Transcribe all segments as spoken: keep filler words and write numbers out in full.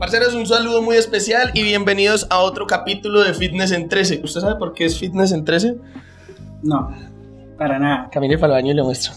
Parceros, un saludo muy especial y bienvenidos a otro capítulo de Fitness en trece. ¿Usted sabe por qué es Fitness en trece? No, para nada. Camine para el baño y le muestro.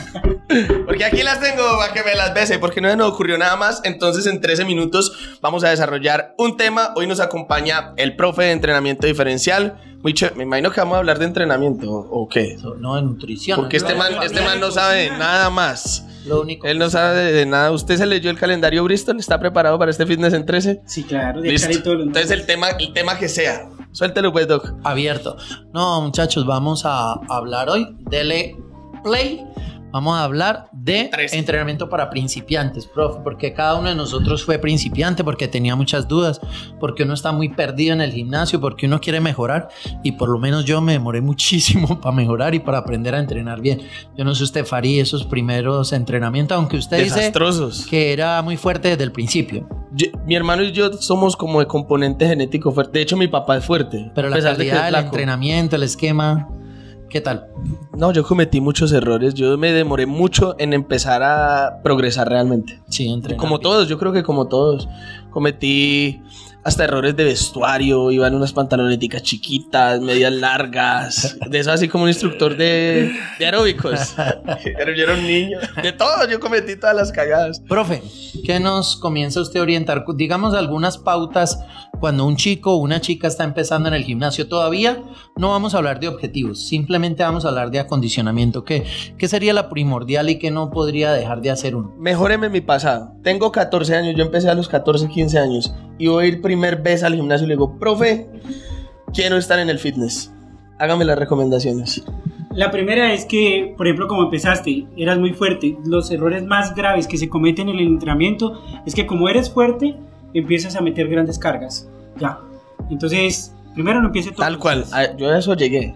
Porque aquí las tengo para que me las bese, porque no se nos ocurrió nada más. Entonces en trece minutos vamos a desarrollar un tema. Hoy nos acompaña el profe de entrenamiento diferencial. Muy chévere. Me imagino que vamos a hablar de entrenamiento, ¿o qué? No, de nutrición. Porque este man, este man no sabe nada más. Lo único. Él no sabe de, de nada. ¿Usted se leyó el calendario Bristol? ¿Está preparado para este Fitness en trece? Sí, claro. De Listo. todo lo Entonces el tema, el tema que sea. Suéltelo pues, Doc. Abierto. No, muchachos, vamos a hablar hoy. Dele play. Vamos a hablar de Tres. entrenamiento para principiantes, profe, porque cada uno de nosotros fue principiante, porque tenía muchas dudas, porque uno está muy perdido en el gimnasio, porque uno quiere mejorar, y por lo menos yo me demoré muchísimo para mejorar y para aprender a entrenar bien. Yo no sé usted, Farid, esos primeros entrenamientos, aunque usted Desastrosos. dice que era muy fuerte desde el principio. Yo, mi hermano y yo somos como de componente genético fuerte. De hecho, mi papá es fuerte. Pero la calidad del entrenamiento, el esquema, ¿qué tal? No, yo cometí muchos errores. Yo me demoré mucho en empezar a progresar realmente. Sí, entrenar. Como bien. todos, yo creo que como todos. Cometí hasta errores de vestuario. Iban unas pantaloneticas chiquitas, medias largas. De eso así como un instructor de, de aeróbicos. Pero yo era un niño. De todo, yo cometí todas las cagadas. Profe, ¿qué nos comienza usted a orientar? Digamos algunas pautas cuando un chico o una chica está empezando en el gimnasio. Todavía no vamos a hablar de objetivos, simplemente vamos a hablar de acondicionamiento. ¿Qué, qué sería la primordial y qué no podría dejar de hacer uno? Mejóreme mi pasado. Tengo catorce años, yo empecé a los catorce, quince años y voy a ir primer vez al gimnasio y le digo, profe, quiero estar en el fitness. Hágame las recomendaciones. La primera es que, por ejemplo, como empezaste, eras muy fuerte. Los errores más graves que se cometen en el entrenamiento es que como eres fuerte, empiezas a meter grandes cargas. Ya. Entonces, primero no empiece todo. Tal cual, a- yo a eso llegué.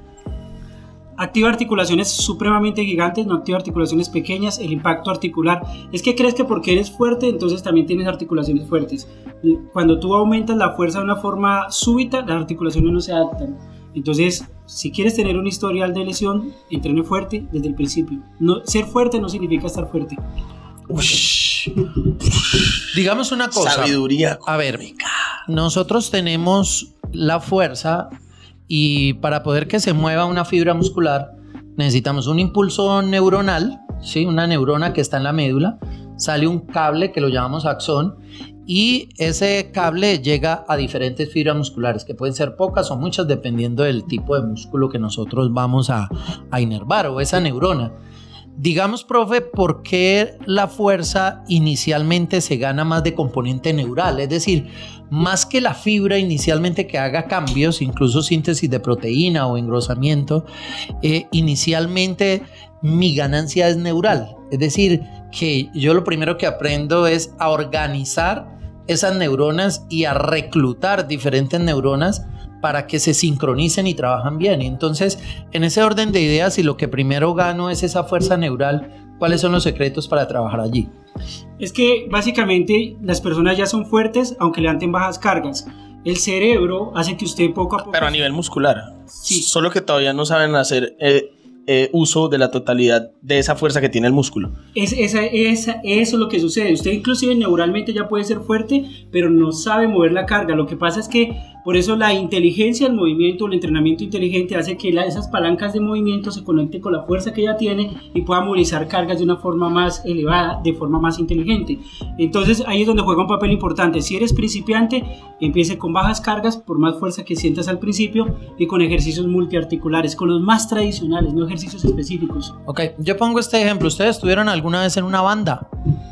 Activa articulaciones supremamente gigantes, no activa articulaciones pequeñas. El impacto articular es que crees que porque eres fuerte, entonces también tienes articulaciones fuertes. Cuando tú aumentas la fuerza de una forma súbita, las articulaciones no se adaptan. Entonces, si quieres tener un historial de lesión, entrene fuerte desde el principio. No, ser fuerte no significa estar fuerte. Ush, Digamos una cosa. sabiduría. A ver, nosotros tenemos la fuerza y para poder que se mueva una fibra muscular necesitamos un impulso neuronal, ¿sí? Una neurona que está en la médula, sale un cable que lo llamamos axón y ese cable llega a diferentes fibras musculares que pueden ser pocas o muchas dependiendo del tipo de músculo que nosotros vamos a, a inervar o esa neurona. Digamos, profe, ¿por qué la fuerza inicialmente se gana más de componente neural? Es decir, más que la fibra inicialmente que haga cambios, incluso síntesis de proteína o engrosamiento, eh, inicialmente mi ganancia es neural. Es decir, que yo lo primero que aprendo es a organizar esas neuronas y a reclutar diferentes neuronas para que se sincronicen y trabajan bien. Y entonces, en ese orden de ideas, si lo que primero gano es esa fuerza neural, ¿cuáles son los secretos para trabajar allí? Es que básicamente las personas ya son fuertes aunque levanten bajas cargas. El cerebro hace que usted poco a poco... Pero a nivel muscular. Sí. Solo que todavía no saben hacer eh, eh, uso de la totalidad de esa fuerza que tiene el músculo. Es, esa, esa, eso es lo que sucede. Usted inclusive neuralmente ya puede ser fuerte, pero no sabe mover la carga. Lo que pasa es que por eso la inteligencia del movimiento, el entrenamiento inteligente hace que la, esas palancas de movimiento se conecten con la fuerza que ella tiene y pueda movilizar cargas de una forma más elevada, de forma más inteligente. Entonces ahí es donde juega un papel importante. Si eres principiante, empiece con bajas cargas, por más fuerza que sientas al principio, y con ejercicios multiarticulares, con los más tradicionales, no ejercicios específicos. Ok, yo pongo este ejemplo. ¿Ustedes estuvieron alguna vez en una banda?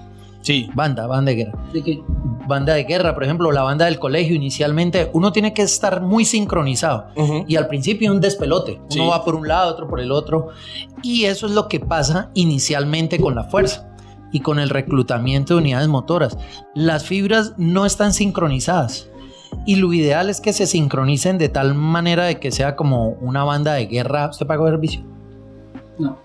Sí. Banda, banda de guerra. ¿De qué? Banda de guerra, por ejemplo, la banda del colegio inicialmente, uno tiene que estar muy sincronizado. Uh-huh. Y al principio un despelote. Uno Sí. va por un lado, otro por el otro. Y eso es lo que pasa inicialmente con la fuerza y con el reclutamiento de unidades motoras. Las fibras no están sincronizadas. Y lo ideal es que se sincronicen de tal manera de que sea como una banda de guerra. ¿Usted pagó servicio? No.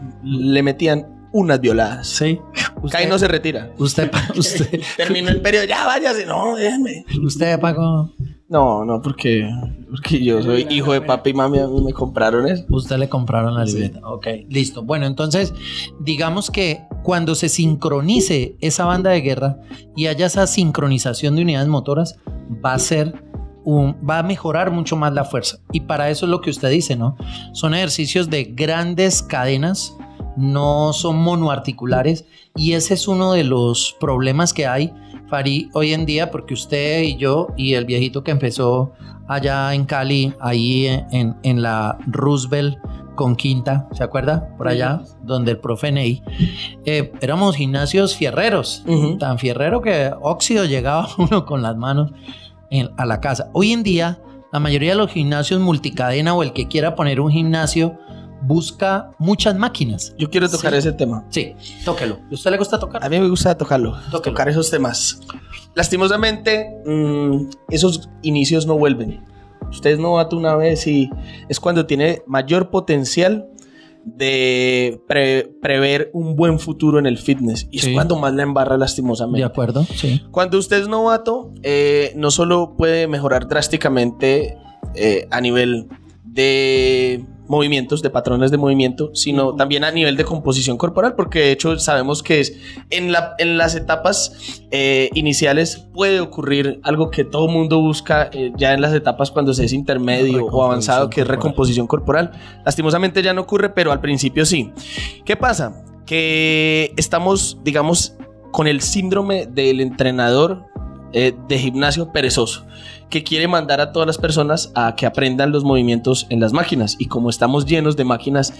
Le metían unas violadas. Sí. Cae no se retira. Usted, usted, Terminó el periodo, ya váyase. No, déjenme. usted pagó. No, no, porque, porque yo soy hijo de papi y mami, a mí me compraron eso. Usted le compraron la libreta. Sí. Ok, listo. Bueno, entonces, digamos que cuando se sincronice esa banda de guerra y haya esa sincronización de unidades motoras, va a ser un, va a mejorar mucho más la fuerza. Y para eso es lo que usted dice, ¿no? Son ejercicios de grandes cadenas, no son monoarticulares, y ese es uno de los problemas que hay, Fari, hoy en día, porque usted y yo y el viejito que empezó allá en Cali, ahí en, en la Roosevelt con Quinta, ¿se acuerda? Por allá, uh-huh. donde el profe Ney, eh, éramos gimnasios fierreros, uh-huh. tan fierrero que óxido llegaba uno con las manos en, a la casa. Hoy en día, la mayoría de los gimnasios multicadena o el que quiera poner un gimnasio busca muchas máquinas. Yo quiero tocar sí. ese tema. Sí, tóquelo. ¿A usted le gusta tocar? A mí me gusta tocarlo, Tóquelo. tocar esos temas. Lastimosamente, mmm, esos inicios no vuelven. Usted es novato una vez y es cuando tiene mayor potencial de pre- prever un buen futuro en el fitness. Y sí. es cuando más la embarra, lastimosamente. De acuerdo, sí. Cuando usted es novato, eh, no solo puede mejorar drásticamente eh, a nivel de movimientos, de patrones de movimiento, sino también a nivel de composición corporal, porque de hecho sabemos que es en, la, en las etapas eh, iniciales puede ocurrir algo que todo mundo busca eh, ya en las etapas cuando se es intermedio o avanzado, que es recomposición corporal. Lastimosamente ya no ocurre, pero al principio sí. ¿Qué pasa? Que estamos, digamos, con el síndrome del entrenador eh, de gimnasio perezoso, que quiere mandar a todas las personas a que aprendan los movimientos en las máquinas, y como estamos llenos de máquinas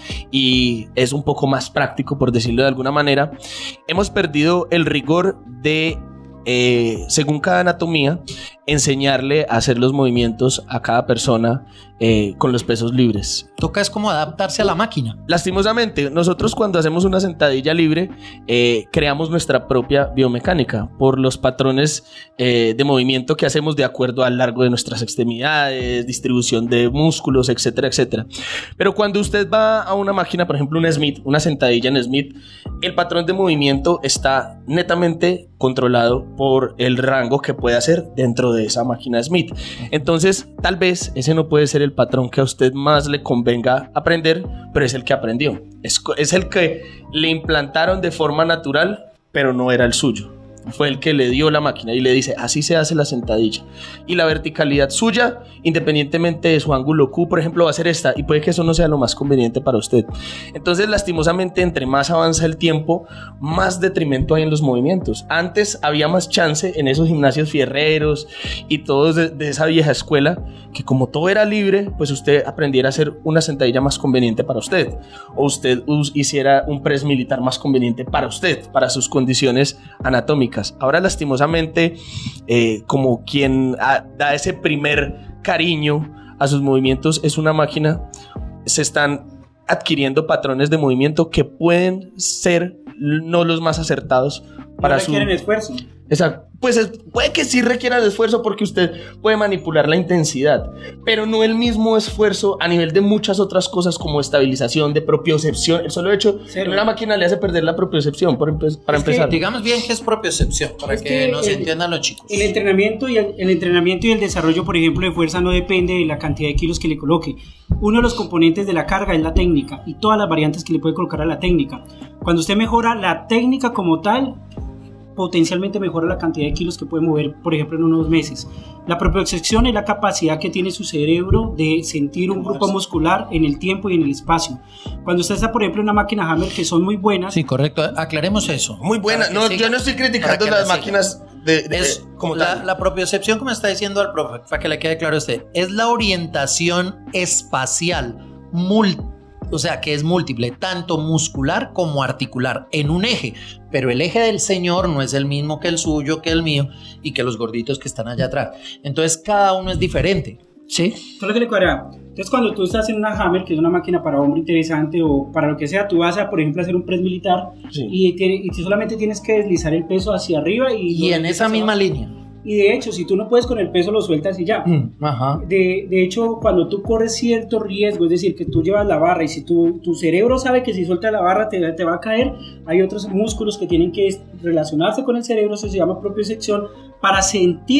y es un poco más práctico, por decirlo de alguna manera, hemos perdido el rigor de, eh, según cada anatomía, enseñarle a hacer los movimientos a cada persona eh, con los pesos libres. Toca es como adaptarse a la máquina. Lastimosamente, nosotros cuando hacemos una sentadilla libre eh, creamos nuestra propia biomecánica por los patrones eh, de movimiento que hacemos de acuerdo al largo de nuestras extremidades, distribución de músculos, etcétera, etcétera. Pero cuando usted va a una máquina, por ejemplo una Smith, una sentadilla en Smith, el patrón de movimiento está netamente controlado por el rango que puede hacer dentro de esa máquina Smith. Entonces, tal vez ese no puede ser el patrón que a usted más le convenga aprender, pero es el que aprendió. Es, es el que le implantaron de forma natural, pero no era el suyo. Fue el que le dio la máquina y le dice, así se hace la sentadilla. Y la verticalidad suya, independientemente de su ángulo Q, por ejemplo, va a ser esta, y puede que eso no sea lo más conveniente para usted. Entonces, lastimosamente, entre más avanza el tiempo, más detrimento hay en los movimientos. Antes había más chance en esos gimnasios fierreros y todos de, de esa vieja escuela, que como todo era libre, pues usted aprendiera a hacer una sentadilla más conveniente para usted, o usted us- hiciera un press militar más conveniente para usted, para sus condiciones anatómicas. Ahora, lastimosamente, eh, como quien a, da ese primer cariño a sus movimientos es una máquina, se están adquiriendo patrones de movimiento que pueden ser no los más acertados para no requieren su... esfuerzo. Exacto. Pues es, puede que sí requiera el esfuerzo porque usted puede manipular la intensidad, pero no el mismo esfuerzo a nivel de muchas otras cosas como estabilización, de propiocepción. El solo hecho de una máquina le hace perder la propiocepción por empe- para es empezar. Que, digamos bien qué es propiocepción para es que, que nos el, entiendan los chicos. El entrenamiento, y el, el entrenamiento y el desarrollo, por ejemplo, de fuerza no depende de la cantidad de kilos que le coloque. Uno de los componentes de la carga es la técnica y todas las variantes que le puede colocar a la técnica. Cuando usted mejora la técnica como tal, potencialmente mejora la cantidad de kilos que puede mover, por ejemplo, en unos meses. La propiocepción es la capacidad que tiene su cerebro de sentir un grupo muscular en el tiempo y en el espacio. Cuando usted está, por ejemplo, en una máquina Hammer, que son muy buenas. Sí, correcto. Aclaremos eso. Muy buena. No, siga, yo no estoy criticando las máquinas de, de, es como la, tal. La propiocepción, como está diciendo el profe, para que le quede claro a usted, es la orientación espacial múltiple. O sea, que es múltiple, tanto muscular como articular, en un eje. Pero el eje del señor no es el mismo que el suyo, que el mío y que los gorditos que están allá atrás. Entonces, cada uno es diferente. ¿Sí? Solo que le cuadra. Entonces, cuando tú estás en una Hammer, que es una máquina para hombre interesante o para lo que sea, tú vas a, por ejemplo, hacer un press militar, sí. y, tiene, y tú solamente tienes que deslizar el peso hacia arriba. Y, y en esa misma línea. Y de hecho, si tú no puedes con el peso, lo sueltas y ya. Mm, ajá. De, de hecho, cuando tú corres cierto riesgo, es decir, que tú llevas la barra y si tu, tu cerebro sabe que si sueltas la barra te, te va a caer, hay otros músculos que tienen que relacionarse con el cerebro, eso se llama propiocepción, para sentir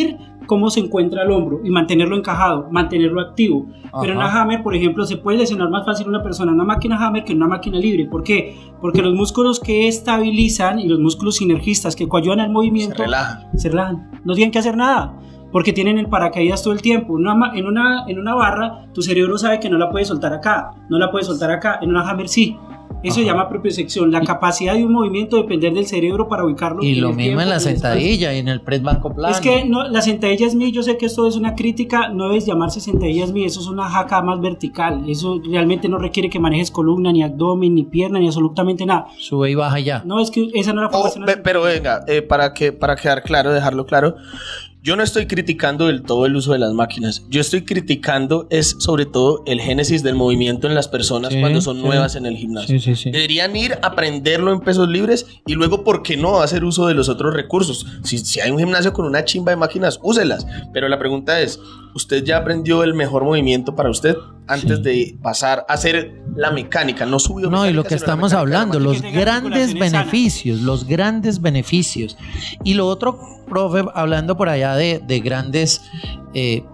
cómo se encuentra el hombro y mantenerlo encajado, mantenerlo activo. Ajá. Pero en la Hammer, por ejemplo, se puede lesionar más fácil una persona en una máquina Hammer que en una máquina libre. ¿Por qué? Porque los músculos que estabilizan y los músculos sinergistas que coayudan al movimiento se relajan. Se relajan. No tienen que hacer nada, porque tienen el paracaídas todo el tiempo. En una, en una, en una barra, tu cerebro sabe que no la puedes soltar acá, no la puedes soltar acá. En una Hammer sí. Eso se llama propiocepción, la capacidad de un movimiento depender del cerebro para ubicarlo. Y lo mismo en la sentadilla y en el press banco plano. Es que no, la sentadilla es mi, yo sé que esto es una crítica, no debes llamarse sentadilla es mi, eso es una jaca más vertical, eso realmente no requiere que manejes columna, ni abdomen, ni pierna, ni absolutamente nada. Sube y baja ya. No, es que esa no es la oh, formación. be, Pero venga, eh, para, que, para quedar claro, dejarlo claro, yo no estoy criticando del todo el uso de las máquinas. Yo estoy criticando es sobre todo el génesis del movimiento en las personas sí, cuando son sí. nuevas en el gimnasio. Sí, sí, sí. Deberían ir a aprenderlo en pesos libres y luego, ¿por qué no hacer uso de los otros recursos? Si, si hay un gimnasio con una chimba de máquinas, úselas. Pero la pregunta es, ¿usted ya aprendió el mejor movimiento para usted antes sí. de pasar a hacer la mecánica? No subió No, y lo que estamos hablando, los grandes beneficios, sana. los grandes beneficios. Y lo otro, profe, hablando por allá de, de grandes eh,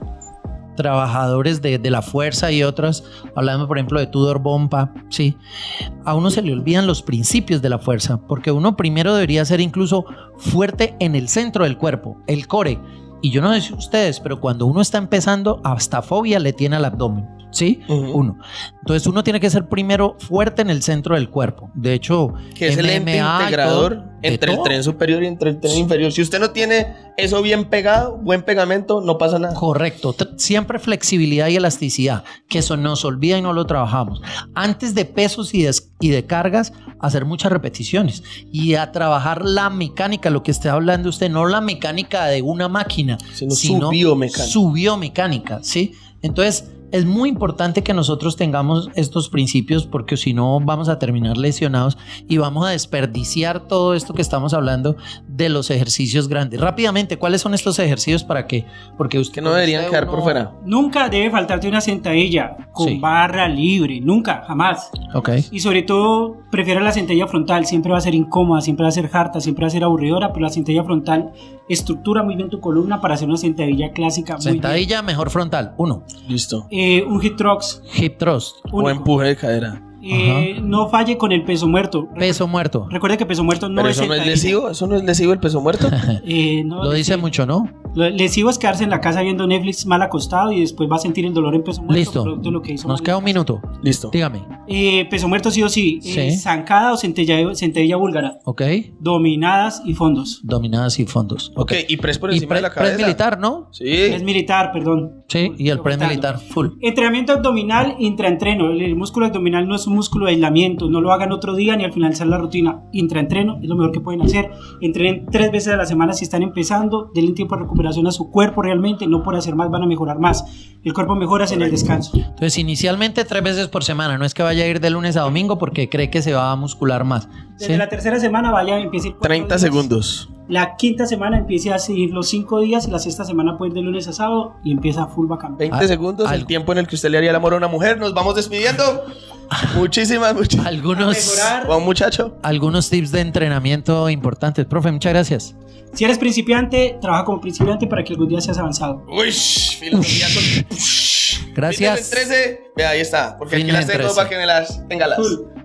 trabajadores de, de la fuerza y otros, hablando por ejemplo de Tudor Bompa, sí, a uno se le olvidan los principios de la fuerza, porque uno primero debería ser incluso fuerte en el centro del cuerpo, el core. Y yo no sé si ustedes, pero cuando uno está empezando, hasta fobia le tiene al abdomen, ¿sí? Uh-huh. Uno. Entonces uno tiene que ser primero fuerte en el centro del cuerpo. De hecho, que es el ente integrador todo, entre el tren superior y entre el tren sí. inferior. Si usted no tiene eso bien pegado, buen pegamento, no pasa nada. Correcto. Siempre flexibilidad y elasticidad, que eso nos olvida y no lo trabajamos. Antes de pesos y de, y de cargas, hacer muchas repeticiones y a trabajar la mecánica, lo que esté hablando usted, no la mecánica de una máquina, sino, sino su biomecánica. Su biomecánica, ¿sí? Entonces, es muy importante que nosotros tengamos estos principios, porque si no vamos a terminar lesionados y vamos a desperdiciar todo esto que estamos hablando de los ejercicios grandes. Rápidamente, ¿cuáles son estos ejercicios para qué? Porque usted que no deberían usted quedar uno... por fuera. Nunca debe faltarte una sentadilla con sí. barra libre, nunca, jamás. Okay. Y sobre todo, prefiero la sentadilla frontal, siempre va a ser incómoda, siempre va a ser harta, siempre va a ser aburridora, pero la sentadilla frontal estructura muy bien tu columna para hacer una sentadilla clásica. Sentadilla muy bien. Mejor frontal, uno. Listo. Eh, un hip thrust. Hip thrust. O empuje de cadera. Eh, no falle con el peso muerto. Peso muerto. Recuerde que peso muerto no Pero es eso no es lesivo, eso no es lesivo el peso muerto. eh, no, Lo dice mucho, ¿no? Lo lesivo es quedarse en la casa viendo Netflix mal acostado y después va a sentir el dolor en peso muerto. Listo. De lo que hizo Nos queda un minuto. Listo. Dígame. Eh, peso muerto sí o sí. Sí. Eh, zancada o sentadilla, sentadilla búlgara. Ok. Dominadas y fondos. Dominadas y fondos. Ok, okay. Y press por encima pre, de la cabeza. Press militar, ¿no? Sí. Press militar, perdón. Sí, y el press militar, full. Entrenamiento abdominal, intraentreno. El, el músculo abdominal no es un músculo de aislamiento. No lo hagan otro día ni al finalizar la rutina. Intraentreno es lo mejor que pueden hacer. Entrenen tres veces a la semana si están empezando. Denle tiempo de recuperación a su cuerpo realmente. No por hacer más van a mejorar más. El cuerpo mejora en el descanso. Entonces, inicialmente tres veces por semana. No es que vaya a ir de lunes a domingo porque cree que se va a muscular más. Desde ¿sí? la tercera semana vaya, empiece a ir treinta segundos. La quinta semana empiece a seguir los cinco días y la sexta semana puede ir de lunes a sábado y empieza full bacán. veinte ah, segundos, el tiempo en el que usted le haría el amor a una mujer. Nos vamos despidiendo. Muchísimas, muchísimas. Algunos, Buen muchacho. Algunos tips de entrenamiento importantes. Profe, muchas gracias. Si eres principiante, trabaja como principiante para que algún día seas avanzado. Uy, filosofía con... Gracias. trece. Vea, ahí está. Porque aquí las tengo para que me las tenga las.